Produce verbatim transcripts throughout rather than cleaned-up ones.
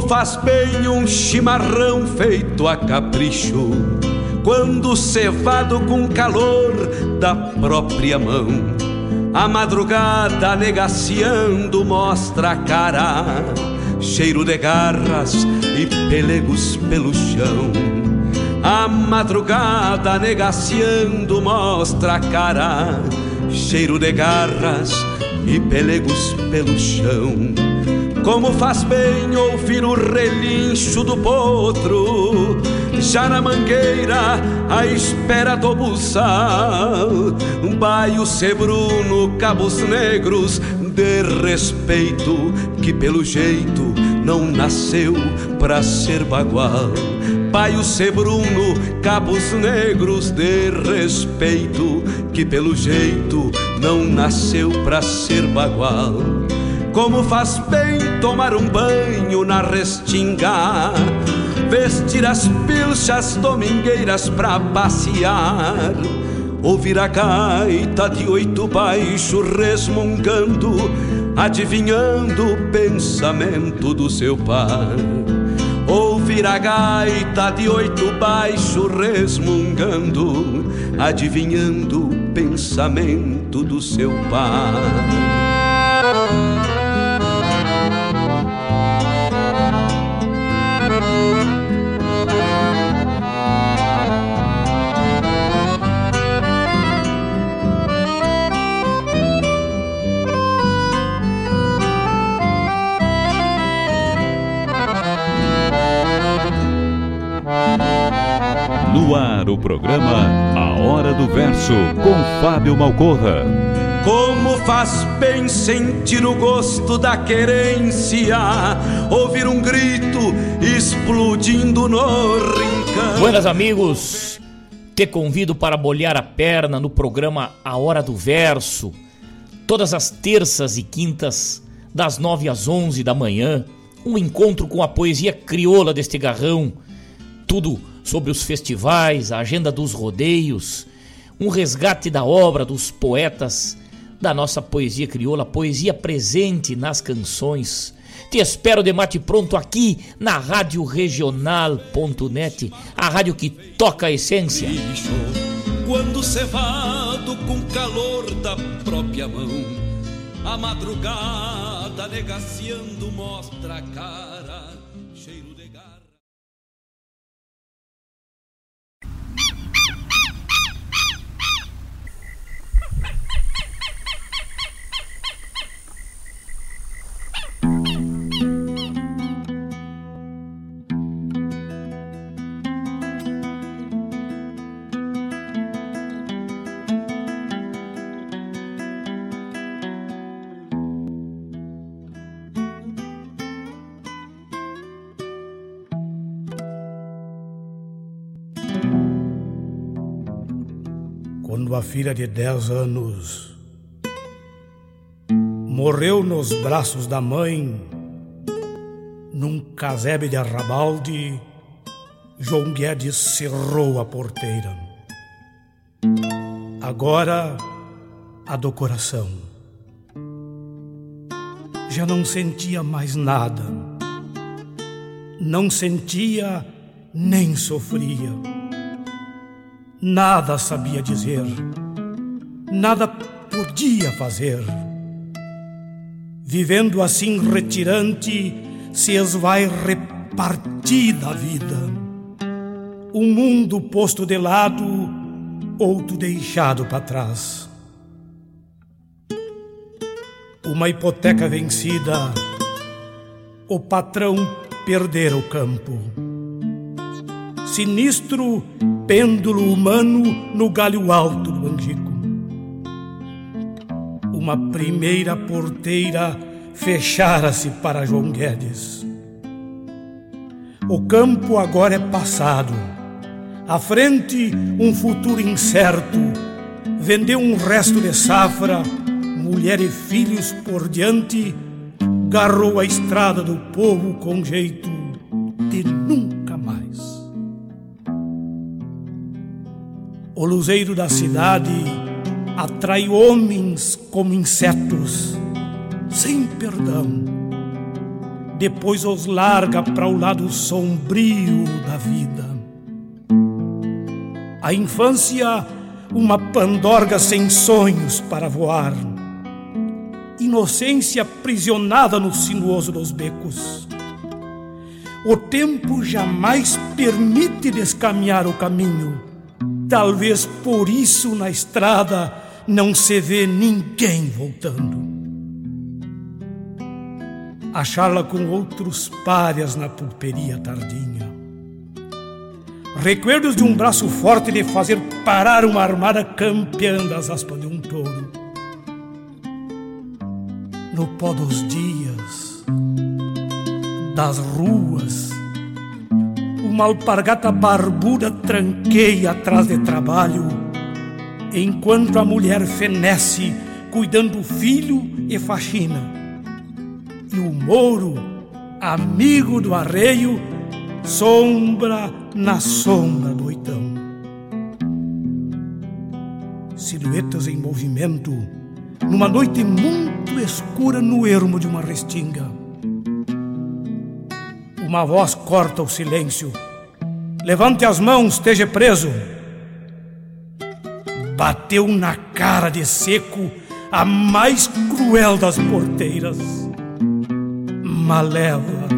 faz bem um chimarrão feito a capricho, quando cevado com calor da própria mão. A madrugada negaciando mostra a cara, cheiro de garras e pelegos pelo chão. A madrugada negaciando mostra a cara, cheiro de garras e pelegos pelo chão. Como faz bem ouvir o relincho do potro, já na mangueira à espera do buçal. Um baio sebruno, cabos negros de respeito, que pelo jeito não nasceu pra ser bagual. Baio sebruno, cabos negros de respeito, que pelo jeito não nasceu pra ser bagual. Como faz bem tomar um banho na restinga, vestir as pilchas domingueiras pra passear, ouvir a gaita de oito baixo resmungando, adivinhando o pensamento do seu par. Ouvir a gaita de oito baixo resmungando, adivinhando o pensamento do seu par. No ar, o programa A Hora do Verso, com Fábio Malcorra. Como faz bem sentir o gosto da querência, ouvir um grito explodindo no rincão. Buenas, amigos, te convido para bolhar a perna no programa A Hora do Verso, todas as terças e quintas, das nove às onze da manhã, um encontro com a poesia crioula deste garrão, tudo sobre os festivais, a agenda dos rodeios, um resgate da obra dos poetas da nossa poesia crioula, poesia presente nas canções. Te espero de mate pronto aqui na rádio regional ponto net, a rádio que toca a essência. Quando cevado com calor da própria mão, a madrugada negaciando mostra a cara, cheiro de garra. Quando a filha de dez anos morreu nos braços da mãe, num casebre de arrabalde, João Guedes cerrou a porteira. Agora, a do coração. Já não sentia mais nada, não sentia nem sofria. Nada sabia dizer, nada podia fazer. Vivendo assim retirante, se esvai repartida a vida. Um mundo posto de lado, outro deixado para trás. Uma hipoteca vencida, o patrão perdera o campo. Sinistro pêndulo humano no galho alto do angico. Uma primeira porteira fechara-se para João Guedes. O campo agora é passado, à frente um futuro incerto. Vendeu um resto de safra, mulher e filhos por diante, garrou a estrada do povo com jeito de nunca mais. O luzeiro da cidade atrai homens como insetos, sem perdão. depois os larga para o lado sombrio da vida. A infância, uma pandorga sem sonhos para voar, inocência aprisionada no sinuoso dos becos. O tempo jamais permite descaminhar o caminho, talvez por isso na estrada não se vê ninguém voltando. A charla com outros párias na pulperia tardinha, recuerdos de um braço forte de fazer parar uma armada campeã das aspas de um touro. No pó dos dias, das ruas, uma alpargata barbuda tranqueia atrás de trabalho, enquanto a mulher fenece cuidando do filho e faxina. E o mouro, amigo do arreio, sombra na sombra do oitão. Silhuetas em movimento, numa noite muito escura no ermo de uma restinga. Uma voz corta o silêncio: levante as mãos, esteja preso. Bateu na cara de seco a mais cruel das porteiras. Maleva.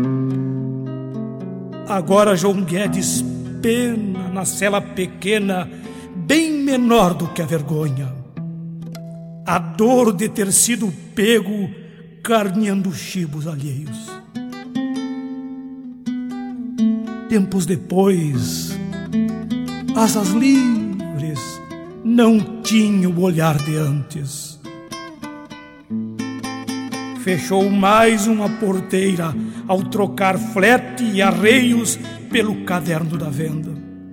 Agora João Guedes pena na cela pequena, bem menor do que a vergonha. A dor de ter sido pego carneando chibos alheios. Tempos depois, asas livres não tinham o olhar de antes. Fechou mais uma porteira ao trocar flete e arreios pelo caderno da venda.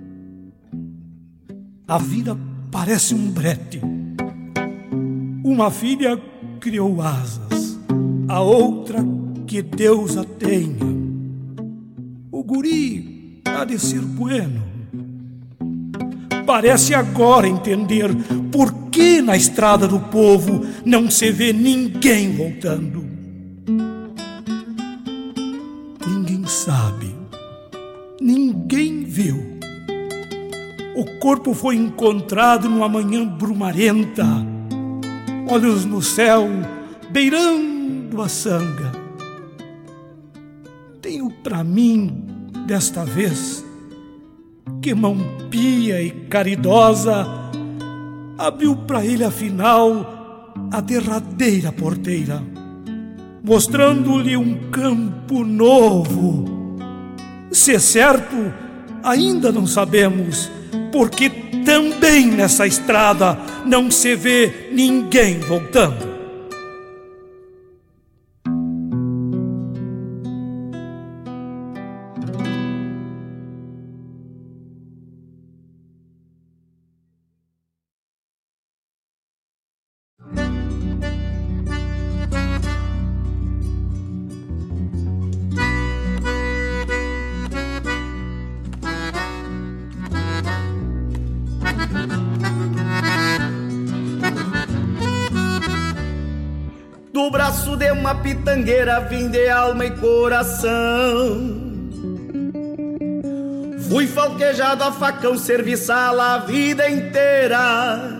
A vida parece um brete. Uma filha criou asas, a outra que Deus a tenha. O guri há de ser bueno. Parece agora entender por que na estrada do povo não se vê ninguém voltando. Ninguém sabe, ninguém viu. O corpo foi encontrado numa manhã brumarenta, olhos no céu, beirando a sanga. Tenho pra mim, desta vez, que mão pia e caridosa abriu pra ele afinal a derradeira porteira, mostrando-lhe um campo novo. Se é certo, ainda não sabemos, porque também nessa estrada não se vê ninguém voltando. Do braço de uma pitangueira vim de alma e coração. Fui falquejado a facão, serviçal a vida inteira.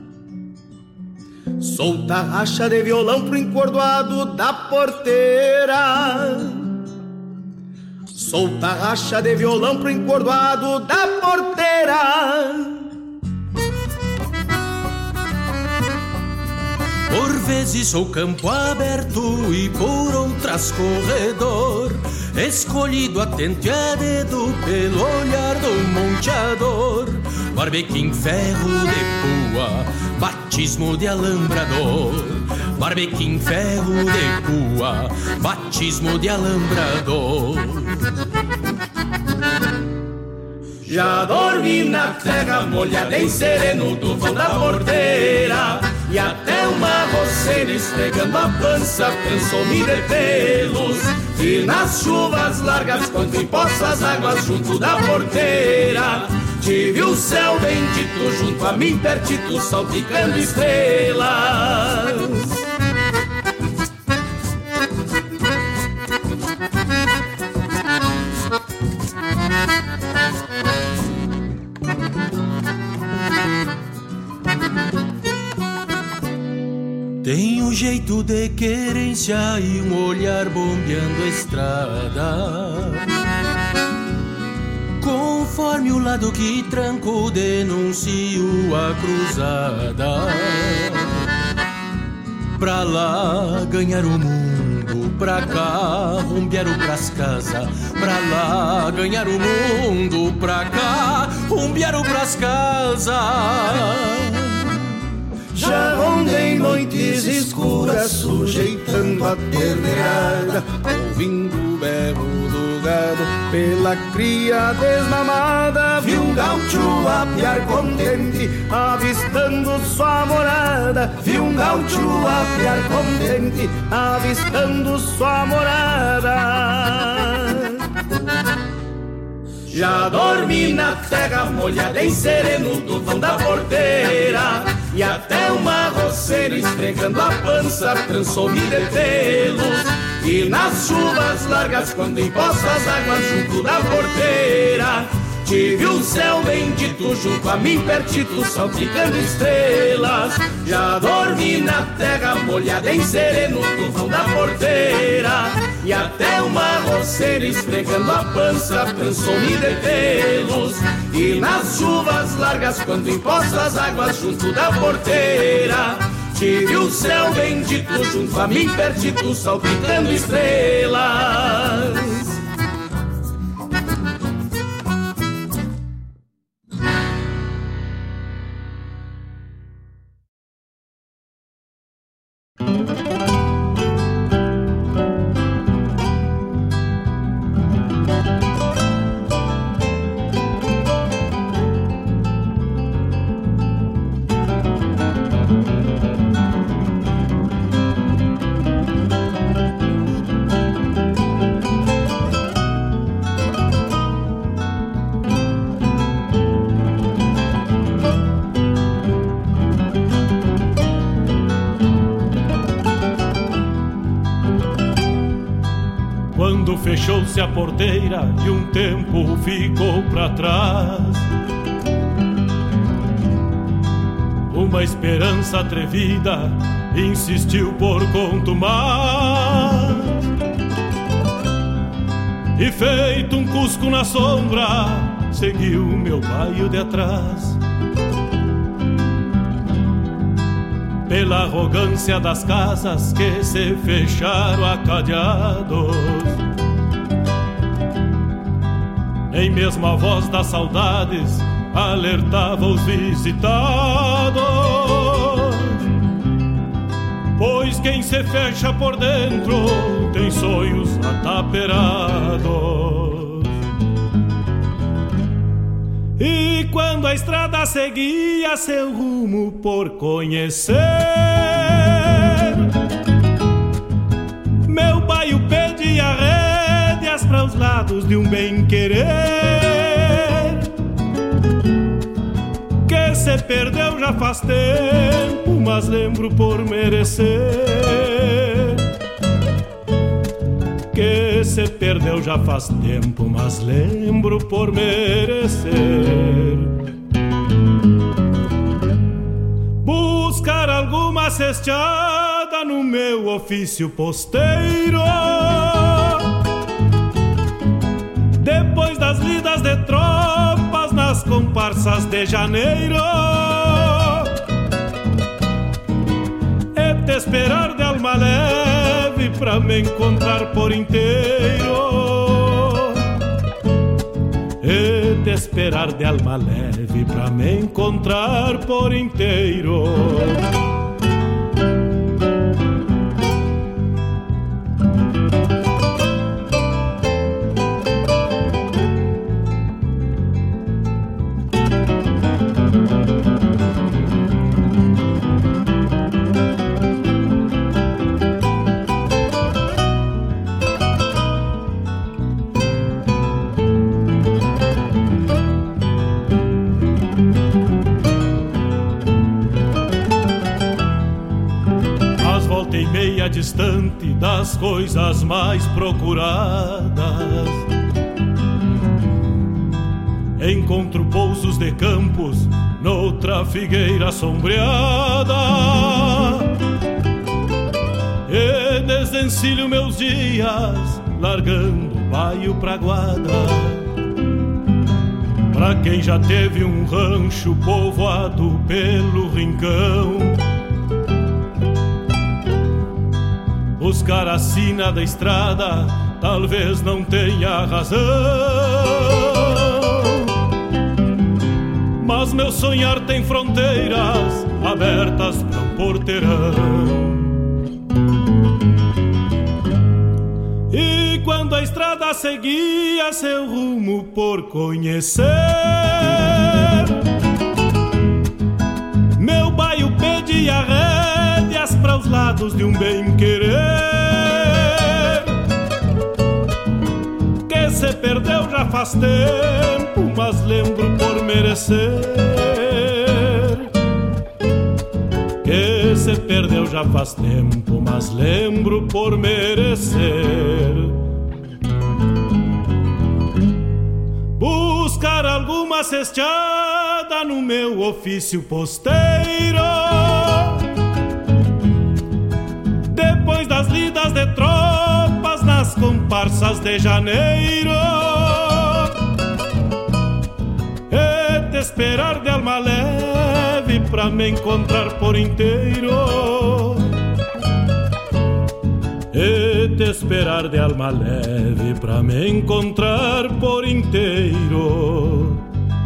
Solta racha de violão pro encordoado da porteira. Solta racha de violão pro encordoado da porteira. Por vezes sou campo aberto e por outras corredor, escolhido atento e a dedo pelo olhar do monteador. Barbequim ferro de pua, batismo de alambrador. Barbequim ferro de pua, batismo de alambrador. Já dormi na terra molhada em sereno do vão da porteira, e até uma roceira esfregando a pança cansou-me de pelos. E nas chuvas largas quando empoça as águas junto da porteira, tive o céu bendito junto a mim pertito salpicando estrelas. Tem um jeito de querência e um olhar bombeando a estrada. Conforme o lado que tranco, denuncio a cruzada. Pra lá ganhar o mundo, pra cá rumbear o pras casas. Pra lá ganhar o mundo, pra cá rumbear o pras casas. Já rondei noites escuras, sujeitando a terneirada, ouvindo o berro do gado pela cria desmamada. Vi um gaúcho apiar contente, avistando sua morada. Vi um gaúcho apiar contente, avistando sua morada. Já dormi na terra molhada em sereno do vão da porteira, e até uma roceira esfregando a pança transou-me de pelos. E nas chuvas largas, quando empoça as águas junto da porteira, tive o céu bendito junto a mim pertito, salpicando estrelas. Já dormi na terra molhada em sereno do vão da porteira, e até uma roceira esfregando a pança transou-me de pelos. E nas chuvas largas, quando empoça as águas junto da porteira, tive o céu bendito junto a mim pertito, salpicando estrelas. Fechou-se a porteira e um tempo ficou pra trás. Uma esperança atrevida insistiu por contumar, e feito um cusco na sombra, seguiu meu baio de atrás. Pela arrogância das casas que se fecharam a cadeados, nem mesmo a voz das saudades alertava os visitados. Pois quem se fecha por dentro tem sonhos ataperados. E quando a estrada seguia seu rumo por conhecer, meu baio pedia rédeas para os lados de um bem-querer que se perdeu já faz tempo, mas lembro por merecer. Que se perdeu já faz tempo, mas lembro por merecer. Buscar alguma cesteada no meu ofício posteiro, depois das lidas de tropas nas comparsas de janeiro, e te esperar de alma leve pra me encontrar por inteiro, e te esperar de alma leve pra me encontrar por inteiro. Distante das coisas mais procuradas, encontro pousos de campos noutra figueira sombreada. desencilho meus dias, largando o baio pra guarda. Pra quem já teve um rancho povoado pelo rincão, buscar a sina da estrada talvez não tenha razão, mas meu sonhar tem fronteiras abertas pro porteirão. E quando a estrada seguia seu rumo por conhecer, meu baio pedia rédeas para os lados de um bem-querer que se perdeu já faz tempo, mas lembro por merecer. Que se perdeu já faz tempo, mas lembro por merecer. Buscar alguma cesteada no meu ofício posteiro, depois das lidas de tropas nas comparsas de janeiro, e te esperar de alma leve pra me encontrar por inteiro, e te esperar de alma leve pra me encontrar por inteiro.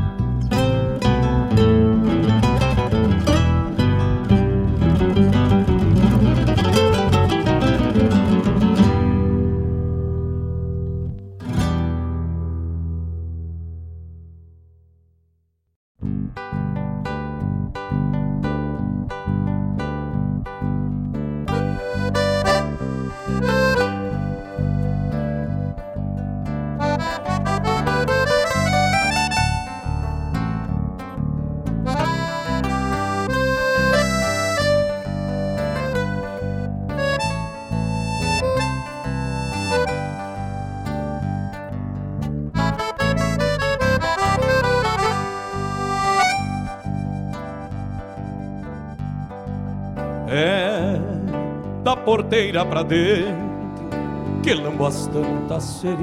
Porteira pra dentro que lambo as tantas feridas,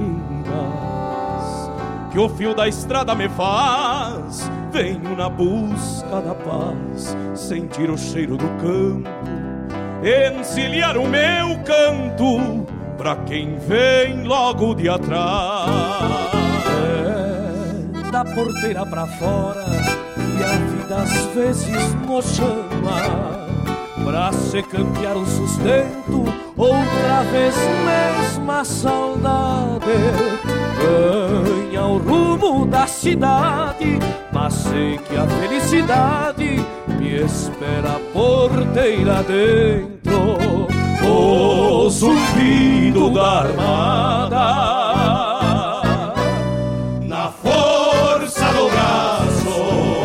que o fio da estrada me faz. Venho na busca da paz, sentir o cheiro do campo, encilhar o meu canto pra quem vem logo de atrás. É da porteira pra fora que a vida às vezes nos chama, pra se cambiar o sustento, outra vez mesma saudade ganha o rumo da cidade, mas sei que a felicidade me espera a porteira dentro. O zumbido da armada na força do braço,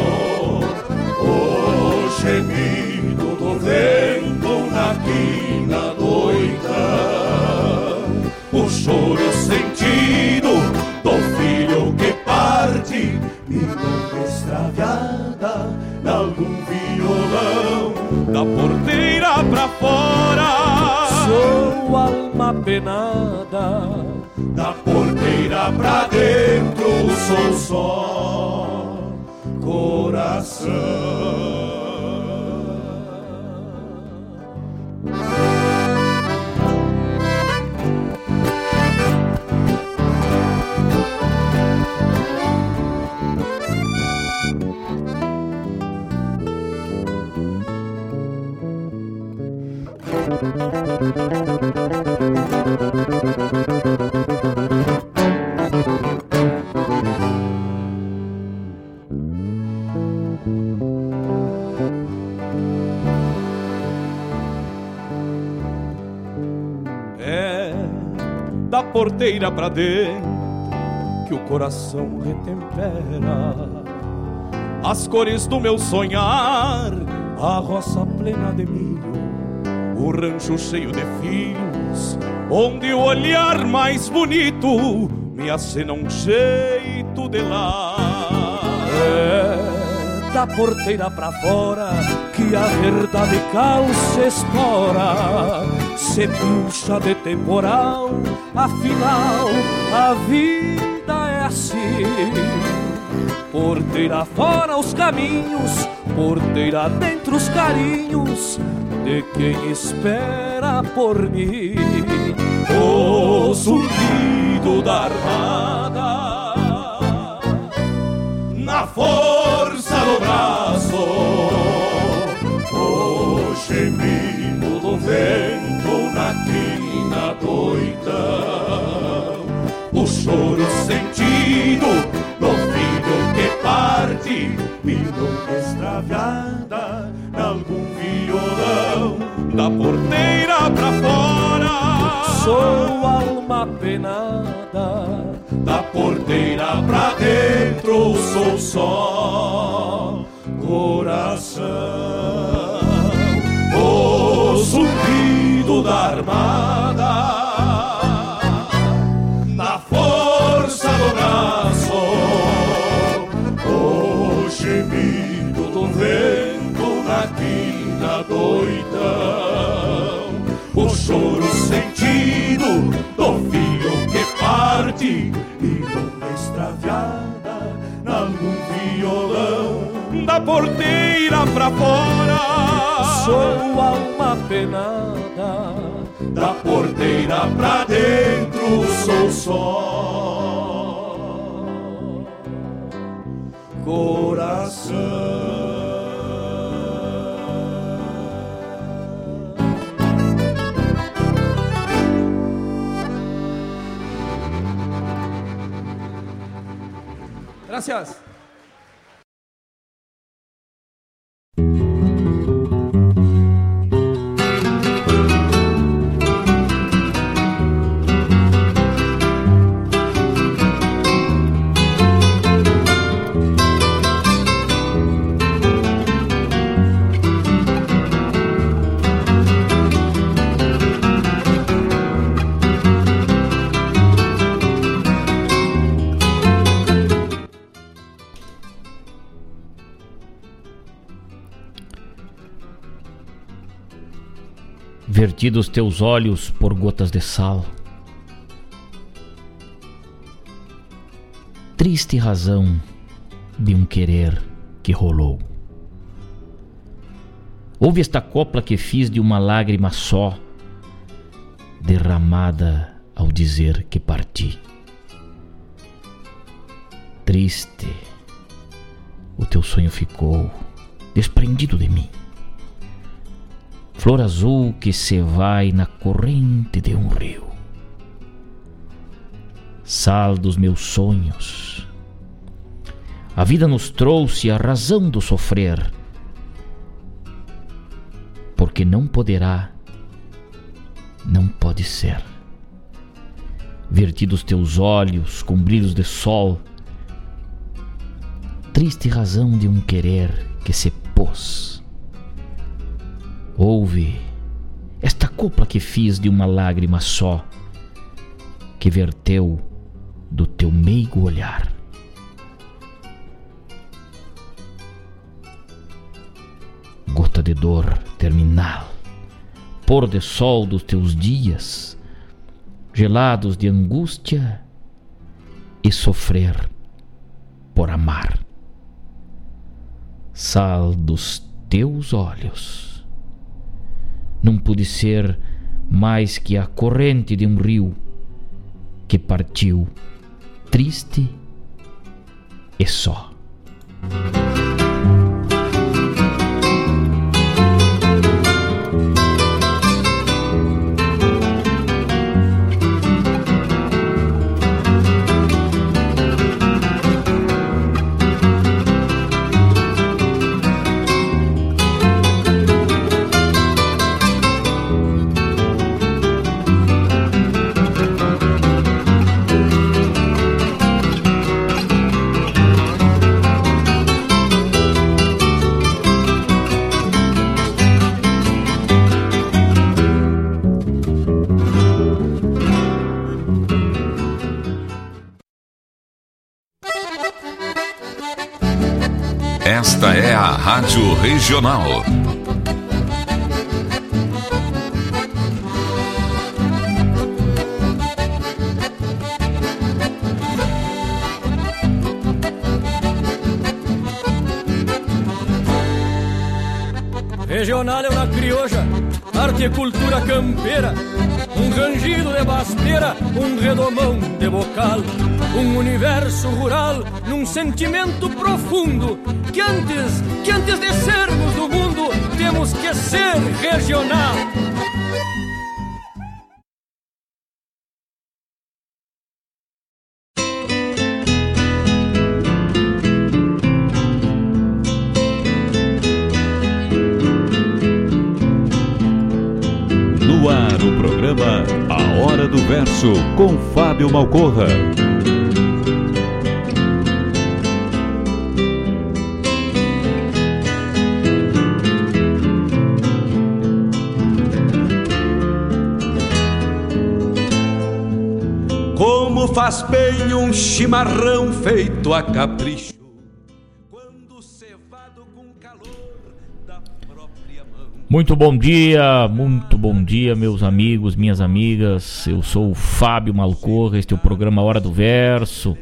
o gemido do vento na quina do oitão, o choro sentido do filho que parte, milonga extraviada nalgum violão. Da porteira pra fora sou alma penada, da porteira pra dentro sou só coração. É da porteira pra dentro que o coração retempera as cores do meu sonhar, a roça plena de milho, o rancho cheio de filhos, onde o olhar mais bonito me acena um jeito de lá. É da porteira pra fora, que a verdade calça espora, se pincha de temporal, afinal a vida é assim. Porteira fora os caminhos, porteira dentro os carinhos de quem espera por mim. O zumbido da armada na força do braço, o gemido do vento na crina doida, o choro sentido do filho que parte, milonga extraviada nalgum violão. Da porteira pra fora sou alma penada, da porteira pra dentro sou só coração. O zumbido da armada na força do braço, o gemido do vento na quina doidão, o choro sentido do filho que parte, e longa extraviada nalgum violão. Da porteira pra fora sou alma penada, da porteira pra dentro sou só coração. Gracias. Vertidos teus olhos por gotas de sal, triste razão de um querer que rolou. Ouve esta copla que fiz de uma lágrima só, derramada ao dizer que parti. Triste, o teu sonho ficou desprendido de mim. Flor azul que se vai na corrente de um rio. Sal dos meus sonhos. A vida nos trouxe a razão do sofrer, porque não poderá, não pode ser. Vertidos teus olhos com brilhos de sol, triste razão de um querer que se pôs. Ouve esta copla que fiz de uma lágrima só, que verteu do teu meigo olhar. Gota de dor terminal, pôr de sol dos teus dias, gelados de angústia e sofrer por amar. Sal dos teus olhos. Não pude ser mais que a corrente de um rio que partiu triste e só. Esta é a Rádio Regional. Regional é uma crioja, arte e cultura campeira, um rangido de basteira, um redomão de bocal, um universo rural num sentimento profundo, que antes, que antes de sermos do mundo, temos que ser regional. No ar, o programa A Hora do Verso, com Fábio Malcorra. Como faz bem um chimarrão feito a capricho, quando cevado com calor da própria mão. Muito bom dia, muito bom dia, meus amigos, minhas amigas. Eu sou o Fábio Malcorra, este é o programa Hora do Verso.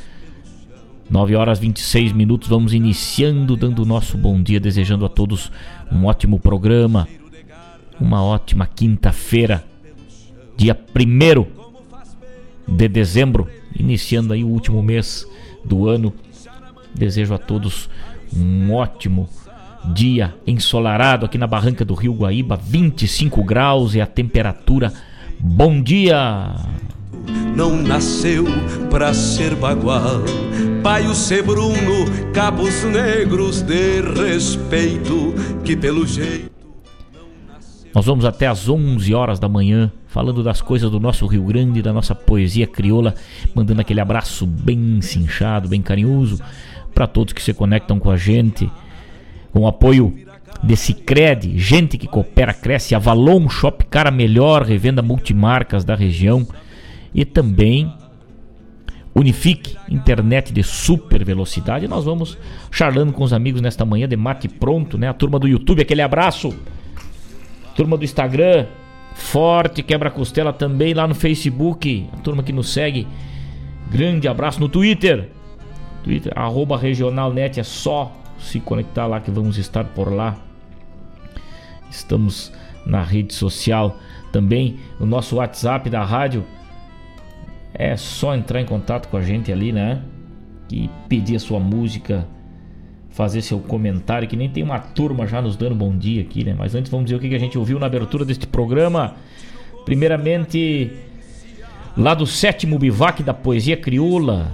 nove horas e vinte e seis minutos, vamos iniciando, dando o nosso bom dia, desejando a todos um ótimo programa, uma ótima quinta-feira, dia primeiro de dezembro, iniciando aí o último mês do ano. Desejo a todos um ótimo dia ensolarado aqui na barranca do Rio Guaíba, vinte e cinco graus é a temperatura. Bom dia! Não nasceu pra ser bagual, Paio Sebruno, cabos negros de respeito, que pelo jeito. Nós vamos até às onze horas da manhã, falando das coisas do nosso Rio Grande, da nossa poesia crioula, mandando aquele abraço bem cinchado, bem carinhoso para todos que se conectam com a gente, com o apoio desse Cicred, gente que coopera, cresce, Avalon Shop Cara Melhor, revenda multimarcas da região, e também Unifique, internet de super velocidade. Nós vamos charlando com os amigos nesta manhã de mate pronto, né? A turma do YouTube, aquele abraço. Turma do Instagram, forte quebra-costela também lá no Facebook. A turma que nos segue, grande abraço. No Twitter, Twitter arroba regionalnet, é só se conectar lá que vamos estar por lá. Estamos na rede social também, no nosso WhatsApp da rádio. É só entrar em contato com a gente ali, né? E pedir a sua música, fazer seu comentário, que nem tem uma turma já nos dando bom dia aqui, né? Mas antes vamos dizer o que a gente ouviu na abertura deste programa. Primeiramente, lá do sétimo bivac da poesia crioula,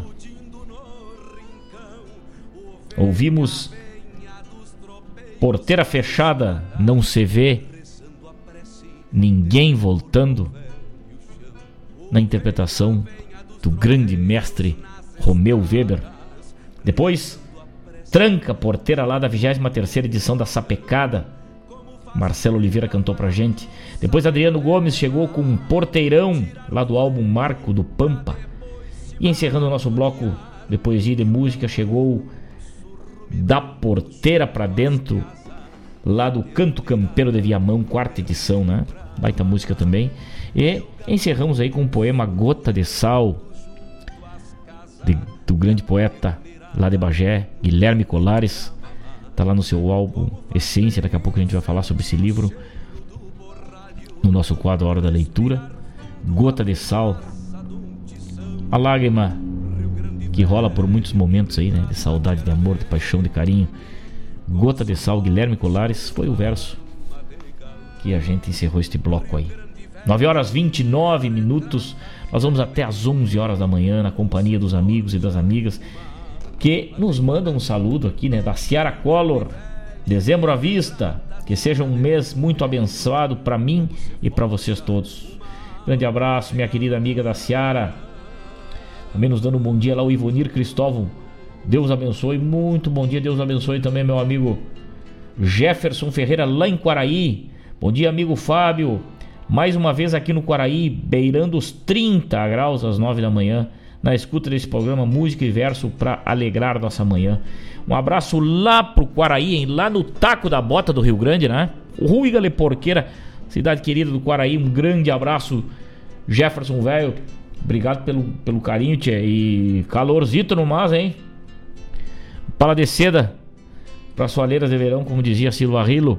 ouvimos Porteira Fechada, Não Se Vê Ninguém Voltando, na interpretação do grande mestre Romeu Weber. Depois, Tranca, Porteira, lá da vigésima terceira edição da Sapecada, Marcelo Oliveira cantou pra gente. Depois Adriano Gomes chegou com um Porteirão, lá do álbum Marco do Pampa. E encerrando o nosso bloco de poesia e de música, chegou Da Porteira Pra Dentro, lá do Canto Campeiro de Viamão, quarta edição, né? Baita música também. E encerramos aí com o poema Gota de Sal, de, do grande poeta lá de Bagé, Guilherme Colares. Tá lá no seu álbum Essência. Daqui a pouco a gente vai falar sobre esse livro no nosso quadro Hora da Leitura. Gota de Sal, a lágrima que rola por muitos momentos aí, né? De saudade, de amor, de paixão, de carinho. Gota de Sal, Guilherme Colares, foi o verso que a gente encerrou este bloco aí. nove horas e vinte e nove minutos. Nós vamos até às onze horas da manhã na companhia dos amigos e das amigas que nos mandam um saludo aqui, né? Da Ciara Collor, dezembro à vista. Que seja um mês muito abençoado para mim e para vocês todos. Grande abraço, minha querida amiga da Ciara. Também nos dando um bom dia lá o Ivonir Cristóvão. Deus abençoe, muito bom dia. Deus abençoe também meu amigo Jefferson Ferreira lá em Quaraí. Bom dia, amigo Fábio. Mais uma vez aqui no Quaraí, beirando os trinta graus às nove da manhã. na escuta desse programa Música e Verso para alegrar nossa manhã. Um abraço lá pro Quaraí, hein? Lá no Taco da Bota do Rio Grande, né? O Rui Galeporqueira, cidade querida do Quaraí, um grande abraço, Jefferson velho, obrigado pelo, pelo carinho, tia, e calorzito no mas, hein? Pala de seda para soalheiras de verão, como dizia Silva Rilo.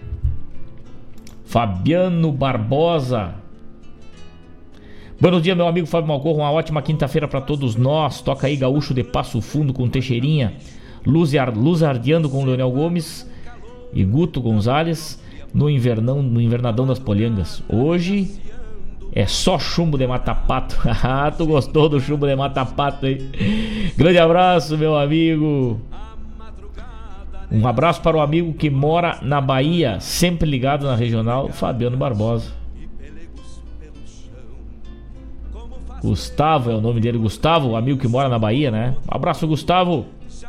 Fabiano Barbosa, buenos dias, meu amigo Fábio Malcorro, uma ótima quinta-feira para todos nós. Toca aí Gaúcho de Passo Fundo com Teixeirinha, Luz, Luz Ardeando com Leonel Gomes e Guto Gonzalez no, invernão, no Invernadão das Polhangas. Hoje é só chumbo de mata-pato. Ah, tu gostou do chumbo de mata-pato, hein? Grande abraço, meu amigo. Um abraço para o amigo que mora na Bahia, sempre ligado na regional, Fabiano Barbosa. Gustavo é o nome dele, Gustavo, o amigo que mora na Bahia, né? Um abraço, Gustavo.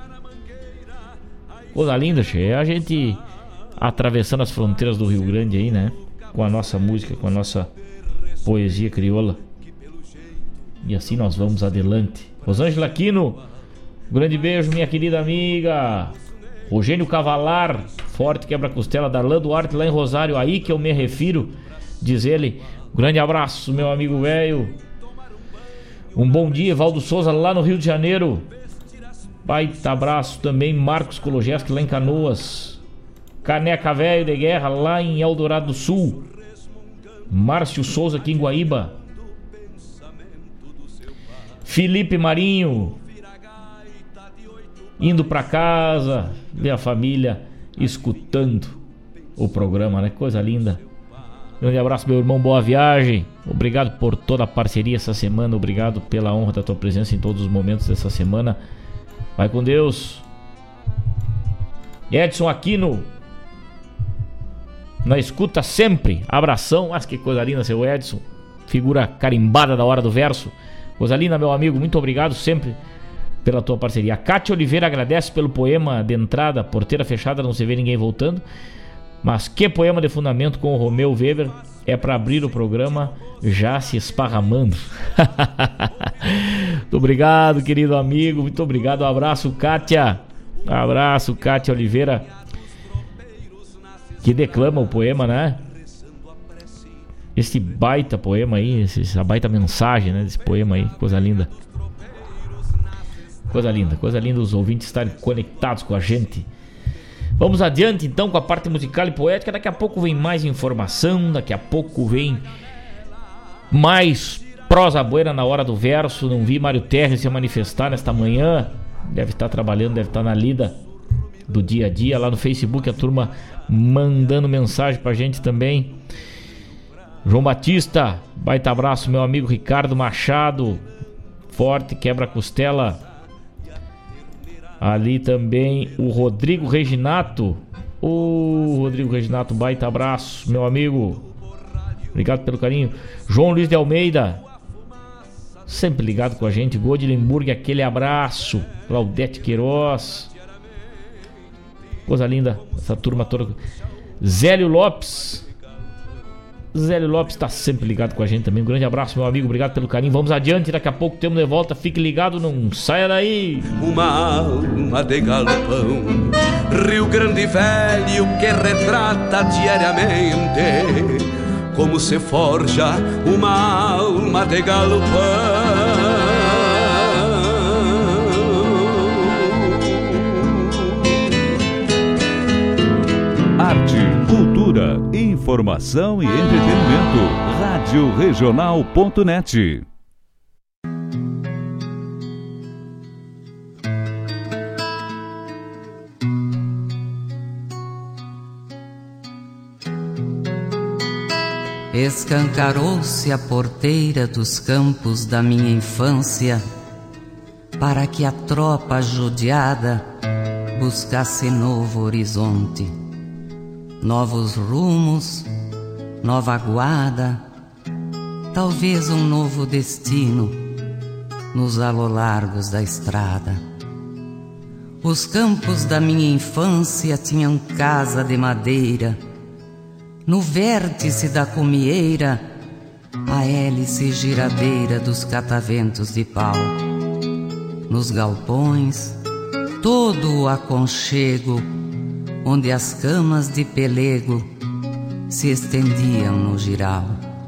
Coisa linda, che. A gente atravessando as fronteiras do Rio Grande aí, né? Com a nossa música, com a nossa poesia crioula. E assim nós vamos adelante. Rosângela Aquino, um grande beijo, minha querida amiga. Rogênio Cavalar, forte quebra-costela, Darlan Duarte lá em Rosário, aí que eu me refiro, diz ele. Um grande abraço, meu amigo velho. Um bom dia, Valdo Souza lá no Rio de Janeiro. Baita abraço também, Marcos Kologeski lá em Canoas. Caneca Velho de Guerra lá em Eldorado do Sul. Márcio Souza aqui em Guaíba. Felipe Marinho, indo pra casa, ver a família escutando o programa, né? Coisa linda. Grande abraço, meu irmão, boa viagem. Obrigado por toda a parceria essa semana. Obrigado pela honra da tua presença em todos os momentos dessa semana. Vai com Deus. Edson Aquino, na escuta sempre. Abração. Mas que coisa linda, seu Edson. Figura carimbada da Hora do Verso. Coisa linda, meu amigo. Muito obrigado sempre pela tua parceria. A Cátia Oliveira agradece pelo poema de entrada. Porteira fechada, não se vê ninguém voltando. Mas que poema de fundamento com o Romeu Weber. É para abrir o programa já se esparramando. Muito obrigado, querido amigo. Muito obrigado. Um abraço, Cátia. Um abraço, Cátia Oliveira, que declama o poema, né? Esse baita poema aí, essa baita mensagem, né? Desse poema aí, coisa linda. Coisa linda, coisa linda os ouvintes estarem conectados com a gente. Vamos adiante então com a parte musical e poética. Daqui a pouco vem mais informação. Daqui a pouco vem mais prosa buena na Hora do Verso. Não vi Mário Terres se manifestar nesta manhã. Deve estar trabalhando, deve estar na lida do dia a dia. Lá no Facebook a turma mandando mensagem pra gente também. João Batista, baita abraço, meu amigo Ricardo Machado, forte quebra-costela. Ali também o Rodrigo Reginato. O Rodrigo Reginato, baita abraço, meu amigo. Obrigado pelo carinho. João Luiz de Almeida, sempre ligado com a gente. Godilenburg, aquele abraço. Claudete Queiroz, coisa linda, essa turma toda. Zélio Lopes. Zélio Lopes está sempre ligado com a gente também. Um grande abraço, meu amigo, obrigado pelo carinho. Vamos adiante, daqui a pouco temos de volta. Fique ligado, não saia daí. Uma alma de galpão, Rio Grande Velho, que retrata diariamente como se forja uma alma de galpão. Arte, cultura, informação e entretenimento. Rádio Regional ponto net. Escancarou-se a porteira dos campos da minha infância para que a tropa judiada buscasse novo horizonte, novos rumos, nova guarda, talvez um novo destino nos alolargos da estrada. Os campos da minha infância tinham casa de madeira. No vértice da comieira a hélice giradeira dos cataventos de pau. Nos galpões, todo o aconchego, onde as camas de pelego se estendiam no giral.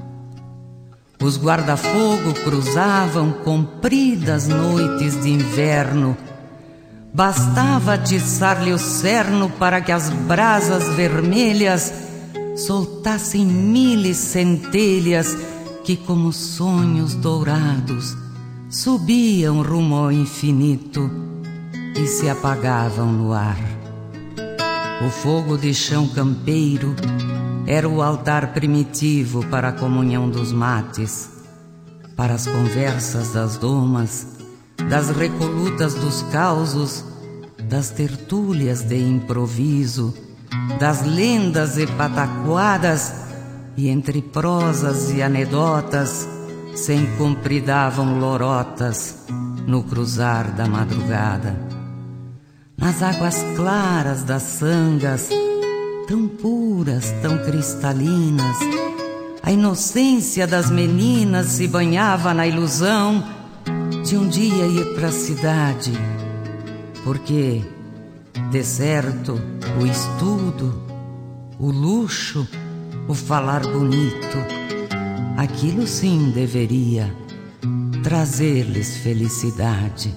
Os guarda-fogo cruzavam compridas noites de inverno. Bastava atiçar-lhe o cerno para que as brasas vermelhas soltassem mil centelhas que, como sonhos dourados, subiam rumo ao infinito e se apagavam no ar. O fogo de chão campeiro era o altar primitivo para a comunhão dos mates, para as conversas das domas, das recolutas dos causos, das tertúlias de improviso, das lendas e pataquadas, e entre prosas e anedotas se encompridavam lorotas no cruzar da madrugada. Nas águas claras das sangas, tão puras, tão cristalinas, a inocência das meninas se banhava na ilusão de um dia ir para a cidade, porque, de certo, o estudo, o luxo, o falar bonito, aquilo sim deveria trazer-lhes felicidade.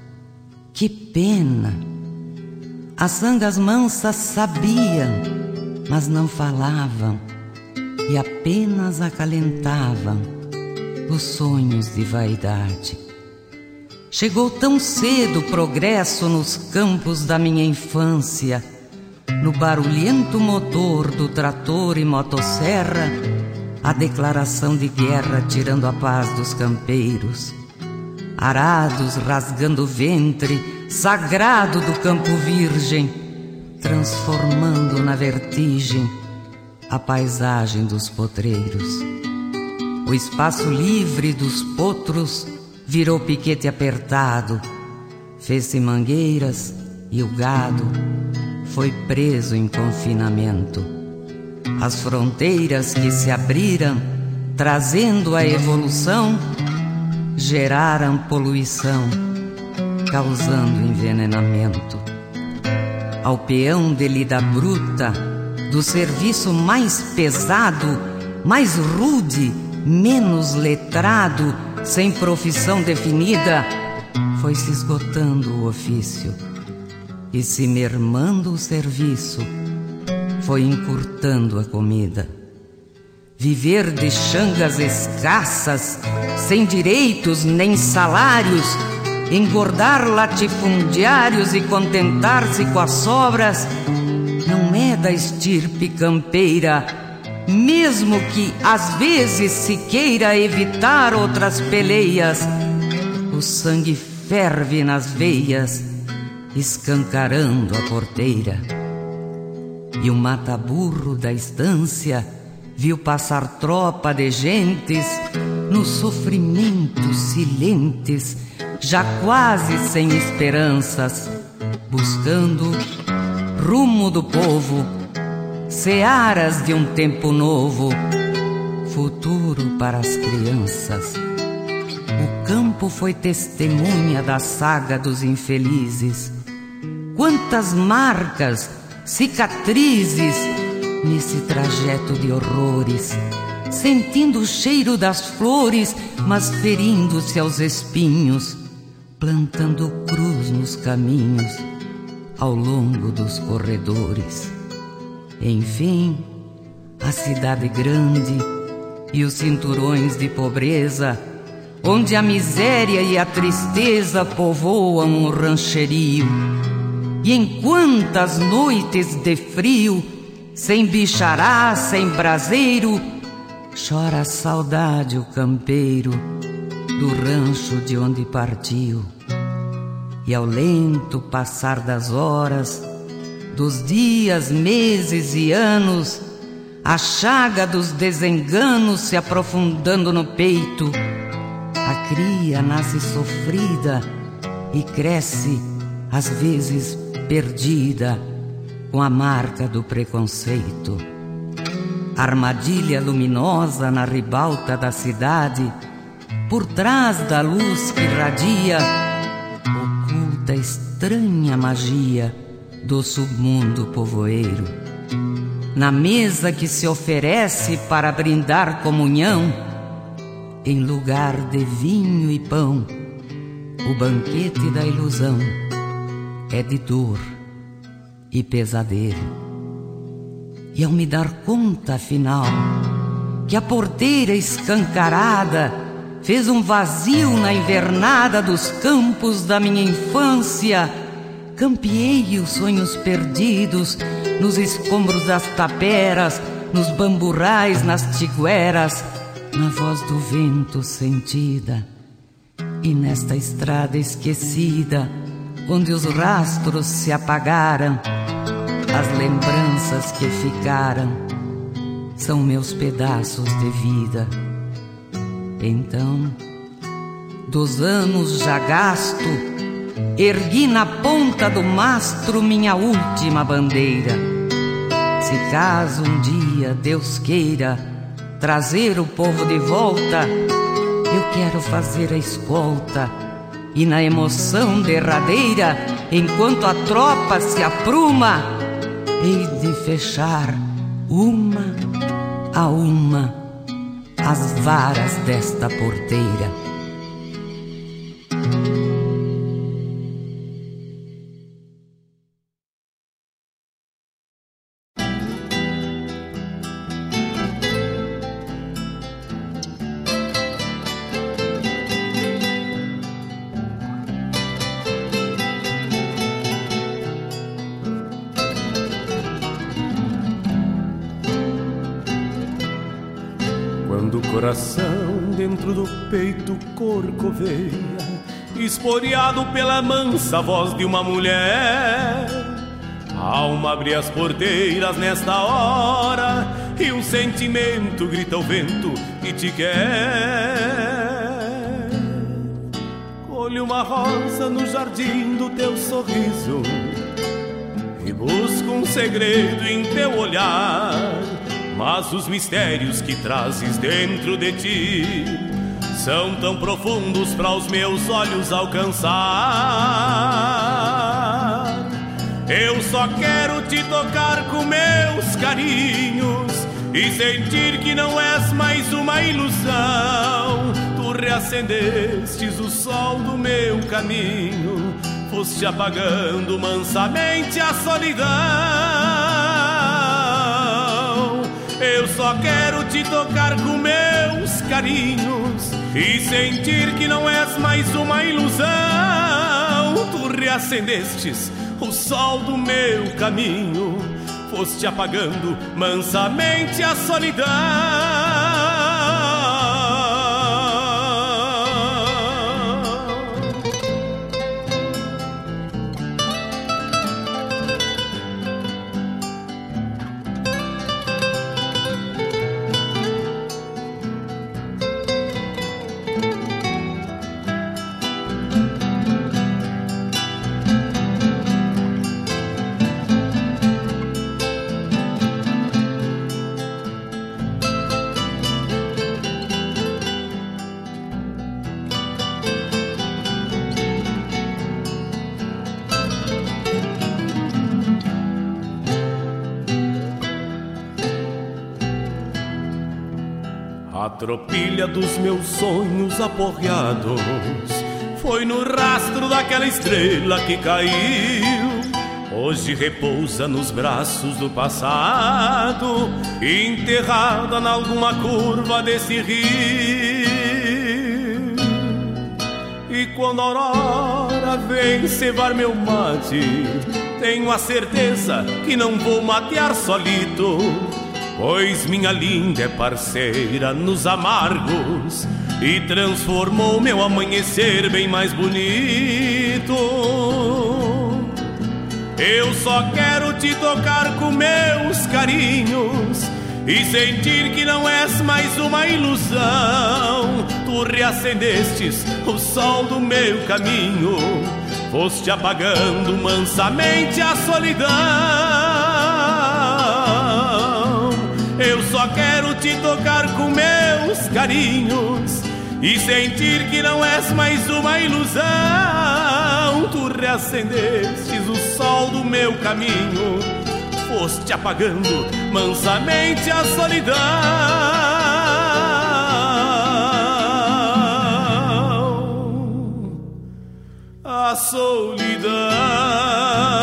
Que pena! As sangas mansas sabiam, mas não falavam, e apenas acalentavam os sonhos de vaidade. Chegou tão cedo o progresso nos campos da minha infância, no barulhento motor do trator e motosserra, a declaração de guerra tirando a paz dos campeiros. Arados rasgando o ventre sagrado do campo virgem, transformando na vertigem a paisagem dos potreiros. O espaço livre dos potros virou piquete apertado, fez-se mangueiras e o gado foi preso em confinamento. As fronteiras que se abriram, trazendo a evolução, geraram poluição, causando envenenamento. Ao peão de lida bruta, do serviço mais pesado, mais rude, menos letrado, sem profissão definida, foi se esgotando o ofício e se mermando o serviço, foi encurtando a comida. Viver de xangas escassas, sem direitos nem salários, engordar latifundiários e contentar-se com as sobras, não é da estirpe campeira, mesmo que às vezes se queira evitar outras peleias. O sangue ferve nas veias, escancarando a porteira. E o mata-burro da estância viu passar tropa de gentes nos sofrimentos silentes, já quase sem esperanças, buscando rumo do povo, searas de um tempo novo, futuro para as crianças. O campo foi testemunha da saga dos infelizes. Quantas marcas, cicatrizes nesse trajeto de horrores, sentindo o cheiro das flores, mas ferindo-se aos espinhos, plantando cruz nos caminhos ao longo dos corredores. Enfim, a cidade grande e os cinturões de pobreza, onde a miséria e a tristeza povoam o rancherio. E em quantas noites de frio, sem bichará, sem braseiro, chora a saudade o campeiro do rancho de onde partiu. E ao lento passar das horas, dos dias, meses e anos, a chaga dos desenganos se aprofundando no peito, a cria nasce sofrida e cresce, às vezes perdida, com a marca do preconceito. armadilha luminosa na ribalta da cidade, por trás da luz que irradia, oculta estranha magia do submundo povoeiro. Na mesa que se oferece para brindar comunhão, em lugar de vinho e pão, o banquete da ilusão é de dor e pesadelo. E ao me dar conta, afinal, que a porteira escancarada fez um vazio na invernada dos campos da minha infância, campeei os sonhos perdidos nos escombros das taperas, nos bamburrais, nas tigueras, na voz do vento sentida. E nesta estrada esquecida, onde os rastros se apagaram, as lembranças que ficaram são meus pedaços de vida. Então, dos anos já gasto, ergui na ponta do mastro minha última bandeira. Se caso um dia Deus queira trazer o povo de volta, eu quero fazer a escolta e na emoção derradeira, enquanto a tropa se apruma, hei de fechar uma a uma as varas desta porteira. Coração dentro do peito corcoveia, esporeado pela mansa voz de uma mulher. A alma abre as porteiras nesta hora e um sentimento grita ao vento que te quer. Colhe uma rosa no jardim do teu sorriso e busca um segredo em teu olhar. Mas os mistérios que trazes dentro de ti são tão profundos para os meus olhos alcançar. Eu só quero te tocar com meus carinhos e sentir que não és mais uma ilusão. Tu reacendestes o sol do meu caminho, foste apagando mansamente a solidão. Eu só quero te tocar com meus carinhos e sentir que não és mais uma ilusão. Tu reacendestes o sol do meu caminho, foste apagando mansamente a solidão. A tropilha dos meus sonhos aporreados foi no rastro daquela estrela que caiu. Hoje repousa nos braços do passado, enterrada em alguma curva desse rio. E quando a aurora vem cevar meu mate, tenho a certeza que não vou matear solito, pois minha linda é parceira nos amargos e transformou meu amanhecer bem mais bonito. Eu só quero te tocar com meus carinhos e sentir que não és mais uma ilusão. Tu reacendestes o sol do meu caminho, foste apagando mansamente a solidão. Eu só te tocar com meus carinhos e sentir que não és mais uma ilusão. Tu reacendestes o sol do meu caminho, foste apagando mansamente a solidão. A solidão.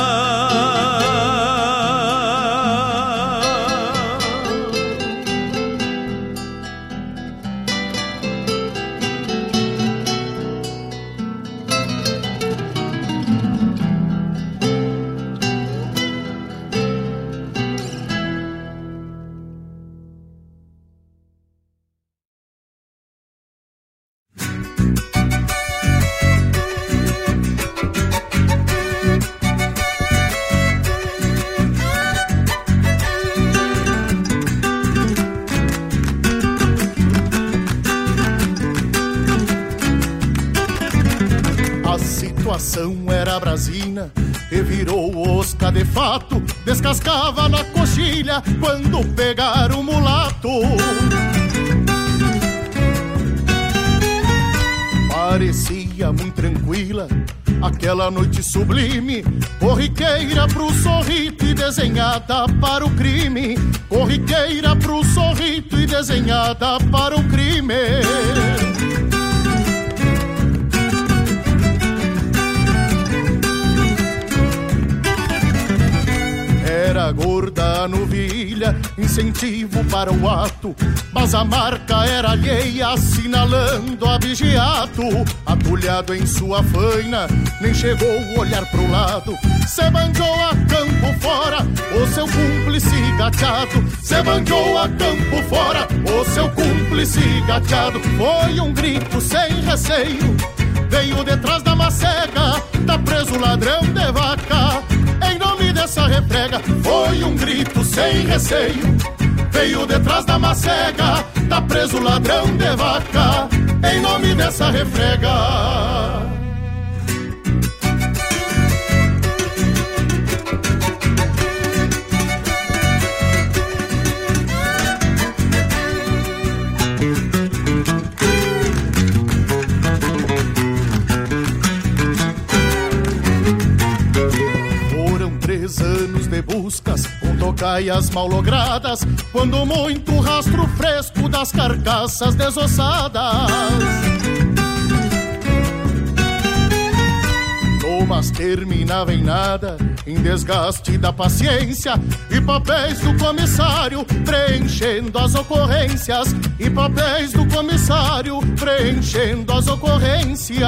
Era brasina e virou osca de fato, descascava na coxilha quando pegar o mulato. Parecia muito tranquila aquela noite sublime, corriqueira pro sorrito e desenhada para o crime, corriqueira pro sorrito e desenhada para o crime. Era gorda a novilha, incentivo para o ato, mas a marca era alheia, assinalando a vigiato. Atulhado em sua faina, nem chegou a olhar pro lado, se banjou a campo fora, o seu cúmplice gateado. Se banjou a campo fora, o seu cúmplice gateado. Foi um grito sem receio, veio detrás da macega, tá preso ladrão de vaca. Em nome dessa refrega, foi um grito sem receio, veio detrás da macega, tá preso ladrão de vaca. Em nome dessa refrega. Anos de buscas, com tocaias mal logradas, quando muito rastro fresco das carcaças desossadas. No mas terminava em nada, em desgaste da paciência, e papéis do comissário preenchendo as ocorrências, e papéis do comissário preenchendo as ocorrências.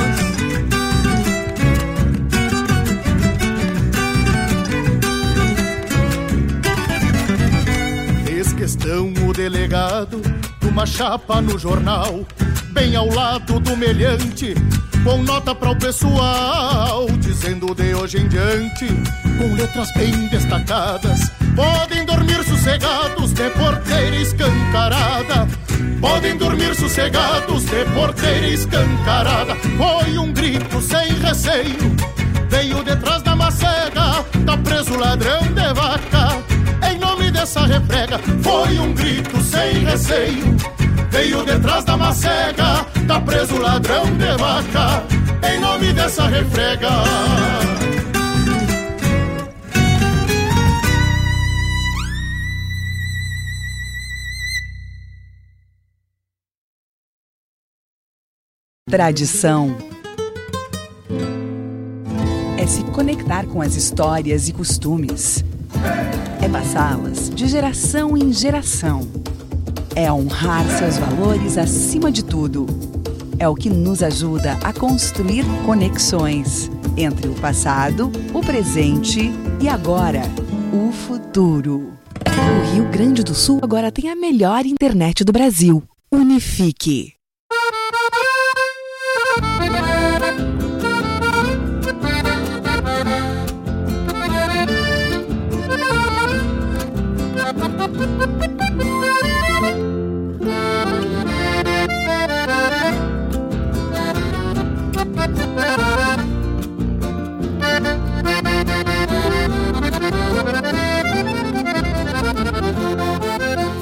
Questão o delegado de uma chapa no jornal, bem ao lado do meliante, com nota para o pessoal, dizendo de hoje em diante, com letras bem destacadas: podem dormir sossegados de porteira escancarada, podem dormir sossegados de porteira escancarada. Foi um grito sem receio, veio detrás da macega, tá preso ladrão de vaca. Em nome dessa refrega, foi um grito sem receio, veio detrás da macega, tá preso ladrão de vaca. Em nome dessa refrega. Tradição é se conectar com as histórias e costumes. É passá-las de geração em geração. É honrar seus valores acima de tudo. É o que nos ajuda a construir conexões entre o passado, o presente e agora, o futuro. O Rio Grande do Sul agora tem a melhor internet do Brasil. Unifique.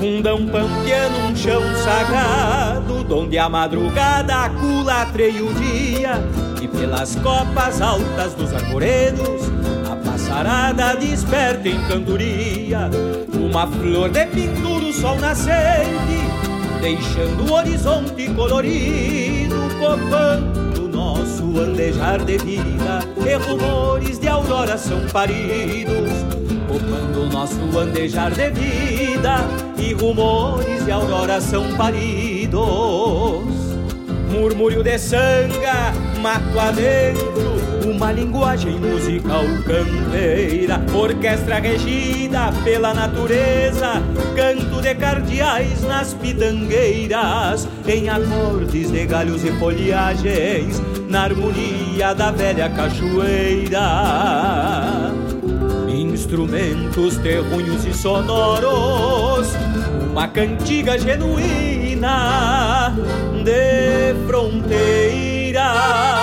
fundão pampiano, um chão sagrado, donde a madrugada aculatreia o dia, e pelas copas altas dos arvoredos a passarada desperta em cantoria. Uma flor de pintura, o sol nascente, deixando o horizonte colorido, copando nosso andejar de vida, e rumores de aurora são paridos, copando nosso andejar de vida, e rumores de aurora são paridos. Murmúrio de sanga, mato adentro, uma linguagem musical campeira, orquestra regida pela natureza, canto de cardeais nas pitangueiras, em acordes de galhos e folhagens, na harmonia da velha cachoeira. Instrumentos terrunhos e sonoros, uma cantiga genuína de fronteira.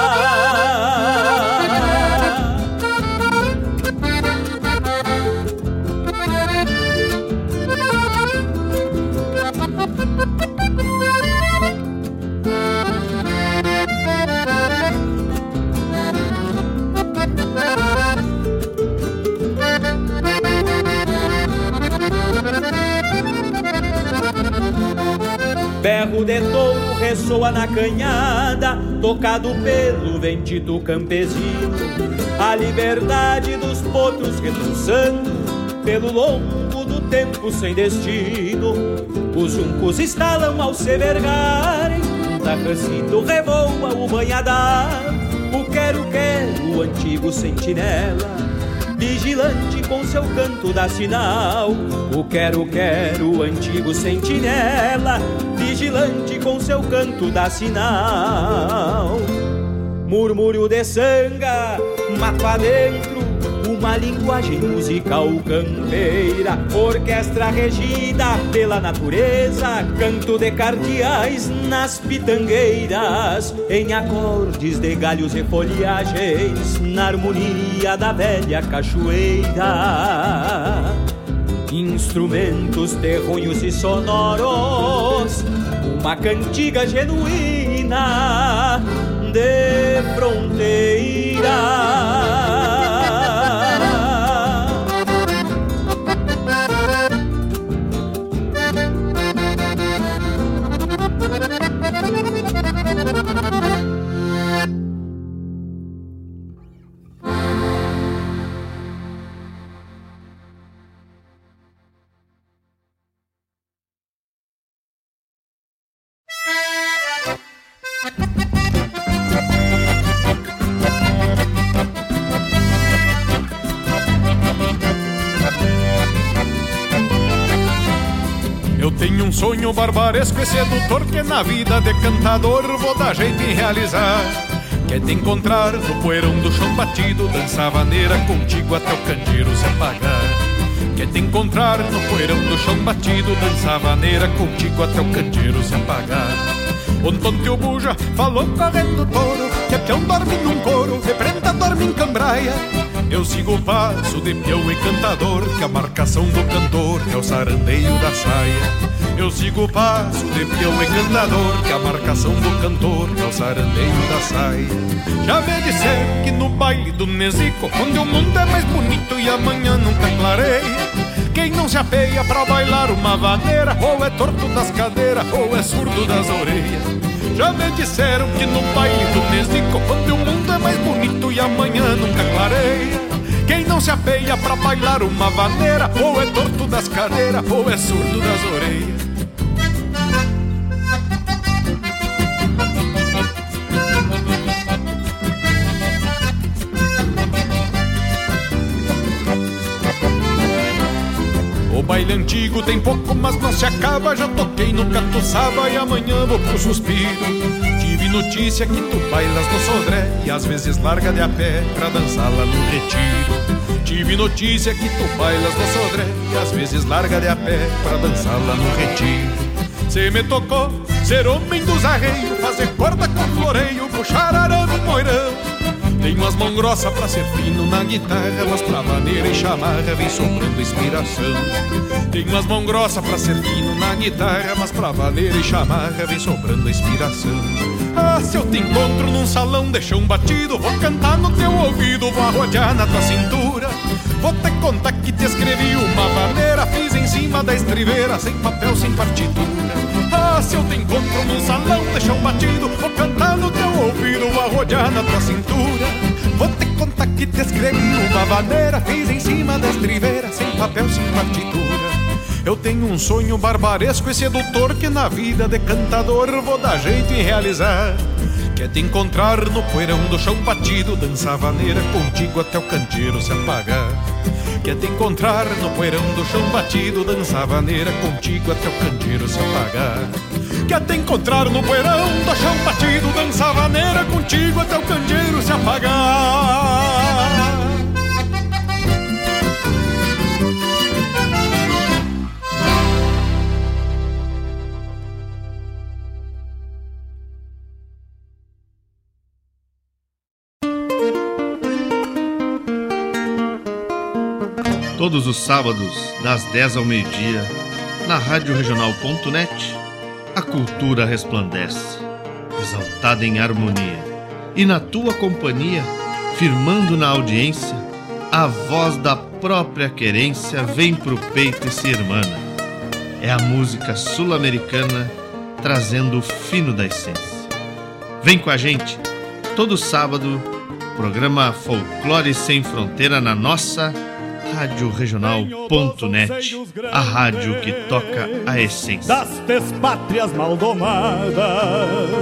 Berro de touro ressoa na canhada, tocado pelo ventito campesino. A liberdade dos potros retruçando pelo longo do tempo sem destino. Os juncos estalam ao se vergarem, um tarrancito revoa o banhadar. O quero-quero, o antigo sentinela, vigilante com seu canto dá sinal. O quero-quero, o antigo sentinela, vigilante com seu canto dá sinal. Murmúrio de sanga, mato adentro, uma linguagem musical campeira, orquestra regida pela natureza, canto de cardeais nas pitangueiras, em acordes de galhos e folhagens, na harmonia da velha cachoeira. Instrumentos terrunhos e sonoros, uma cantiga genuína de fronteira. Tenho um sonho barbaresco e sedutor que na vida de cantador vou dar jeito em realizar, que é te encontrar no poeirão do chão batido, dançar vaneira contigo até o candeeiro se apagar. Que é te encontrar no poeirão do chão batido, dançar vaneira contigo até o candeeiro se apagar. Ontem teu buja falou correndo touro, que é peão dorme num coro, e prenda dorme em cambraia. Eu sigo o passo de peão e cantador, que a marcação do cantor é o sarandeio da saia. Eu sigo o passo de peão e cantador, que a marcação do cantor é o sarandeio da saia. Já me disseram que no baile do Nezico, onde o mundo é mais bonito e amanhã nunca clareia, quem não se apeia pra bailar uma vaneira, ou é torto das cadeiras, ou é surdo das orelhas. Já me disseram que no baile do Nezico, onde o mundo é mais bonito e amanhã nunca clareia, quem não se apeia pra bailar uma vaneira, ou é torto das cadeiras, ou é surdo das orelhas. O baile antigo tem pouco, mas não se acaba. Já toquei no catuçaba e amanhã vou pro suspiro. Tive notícia que tu bailas no Sodré e às vezes larga de a pé pra dançar lá no Retiro. Tive notícia que tu bailas no Sodré e às vezes larga de a pé pra dançar lá no Retiro. Cê me tocou ser homem dos arreios, fazer corda com floreio, puxar arame moirão. Tenho as mãos grossas pra ser fino na guitarra, mas pra maneira e chamarra vem sobrando inspiração. Tenho as mãos grossas pra ser fino na guitarra, mas pra maneira e chamarra vem sobrando inspiração. Ah, se eu te encontro num salão de chão batido, vou cantar no teu ouvido, vou arrodear na tua cintura. Vou te contar que te escrevi uma vaneira, fiz em cima da estriveira, sem papel, sem partitura. Ah, se eu te encontro num salão de chão batido, vou cantar no teu ouvido, vou arrodear na tua cintura. Vou te contar que te escrevi uma vaneira, fiz em cima da estriveira, sem papel, sem partitura. Eu tenho um sonho barbaresco e sedutor que na vida de cantador vou dar jeito em realizar. Que é te encontrar no poeirão do chão batido, dançar vaneira contigo até o candeeiro se apagar. Que é te encontrar no poeirão do chão batido, dançar vaneira contigo até o candeeiro se apagar. Que é te encontrar no poeirão do chão batido, dançar vaneira contigo até o candeeiro se apagar. Todos os sábados, das dez ao meio-dia, na rádio regional ponto net, a cultura resplandece, exaltada em harmonia. E na tua companhia, firmando na audiência, a voz da própria querência vem pro peito e se irmana. É a música sul-americana trazendo o fino da essência. Vem com a gente, todo sábado, programa Folclore Sem Fronteira na nossa rádio regional ponto net, a rádio que toca a essência das despátrias maldomadas.